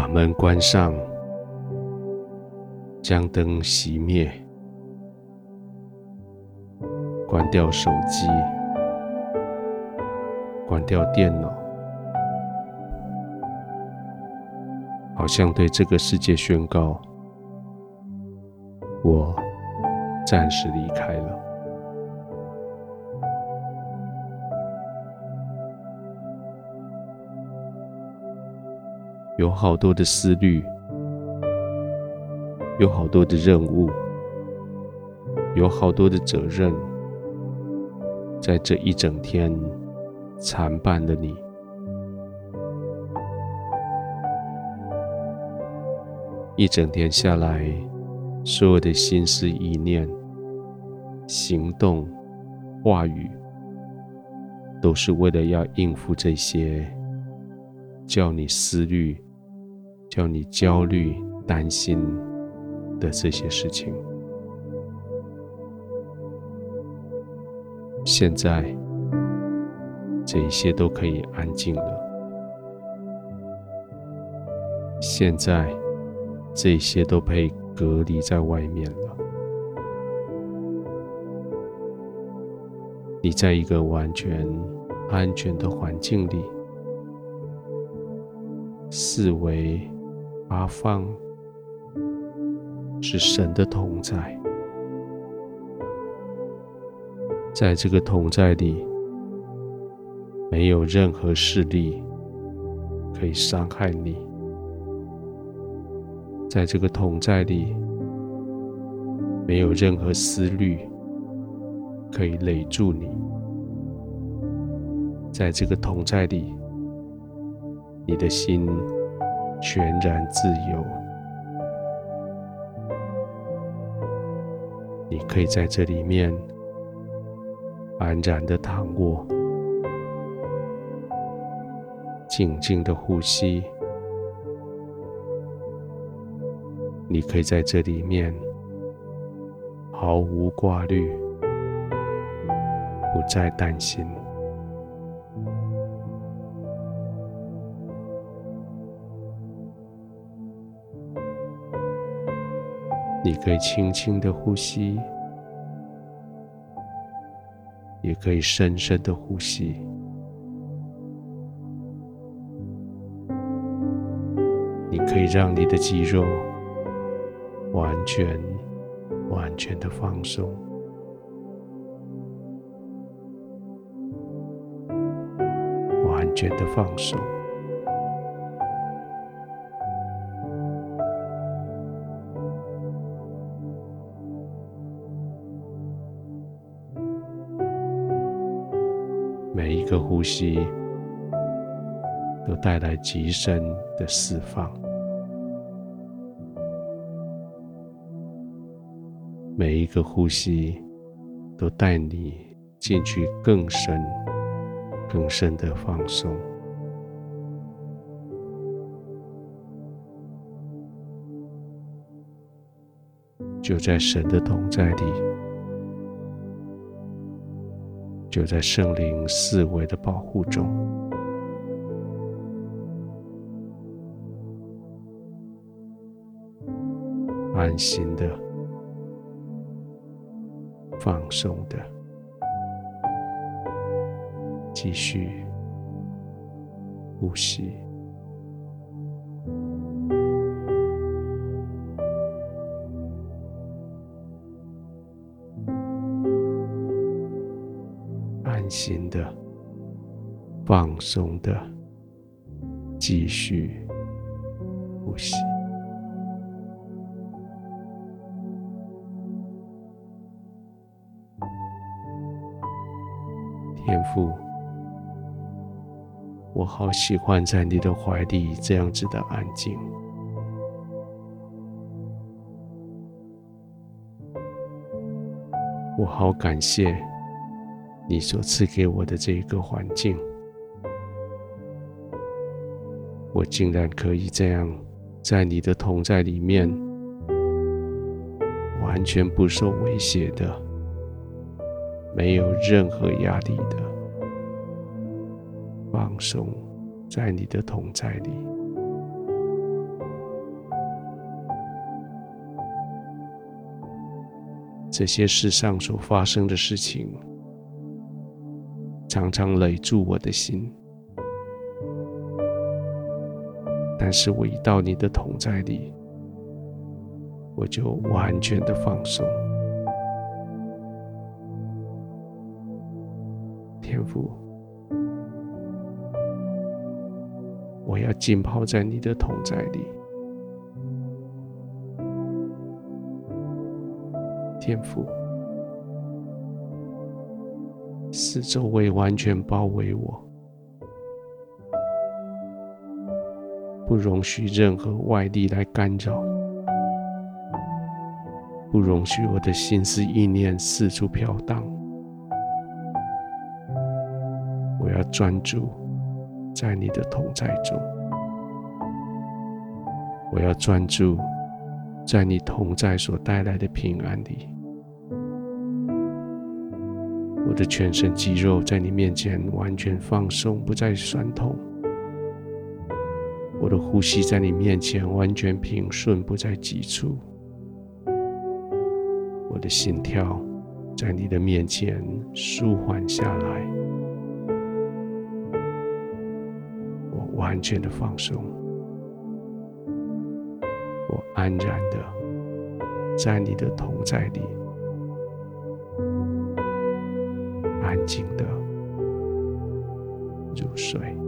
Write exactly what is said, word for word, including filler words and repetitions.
把门关上，将灯熄灭，关掉手机，关掉电脑，好像对这个世界宣告，我暂时离开了。有好多的思虑，有好多的任务，有好多的责任，在这一整天缠绊了你。一整天下来，所有的心思意念、行动、话语，都是为了要应付这些叫你思虑、叫你焦虑、担心的这些事情。现在，这一些都可以安静了。现在，这些都被隔离在外面了。你在一个完全安全的环境里，四围八方是神的同在，在这个同在里，没有任何势力可以伤害你，在这个同在里，没有任何思虑可以累住你，在这个同在里，你的心全然自由，你可以在这里面安然的躺卧，静静的呼吸。你可以在这里面毫无挂虑，不再担心。你可以轻轻的呼吸，也可以深深的呼吸。你可以让你的肌肉完全完全的放松，完全的放松。每一个呼吸都带来极深的释放，每一个呼吸都带你进去更深更深的放松。就在神的同在里，就在圣灵四维的保护中，安心的、放松的，继续呼吸。安心的、放松的，继续呼吸。天父，我好喜欢在你的怀里这样子的安静。我好感谢你所赐给我的这一个环境，我竟然可以这样在你的同在里面，完全不受威胁的，没有任何压力的放松在你的同在里。 这些世上所发生的事情，常常累住我的心。但是我一到你的同在里，我就完全的放松。天父，我要浸泡在你的同在里。天父，四周围完全包围我，不容许任何外力来干扰，不容许我的心思意念四处飘荡。我要专注在你的同在中，我要专注在你同在所带来的平安里。我的全身肌肉在你面前完全放松，不再酸痛。我的呼吸在你面前完全平顺，不再急促。我的心跳在你的面前舒缓下来。我完全的放松，我安然的在你的同在里，安静的入睡。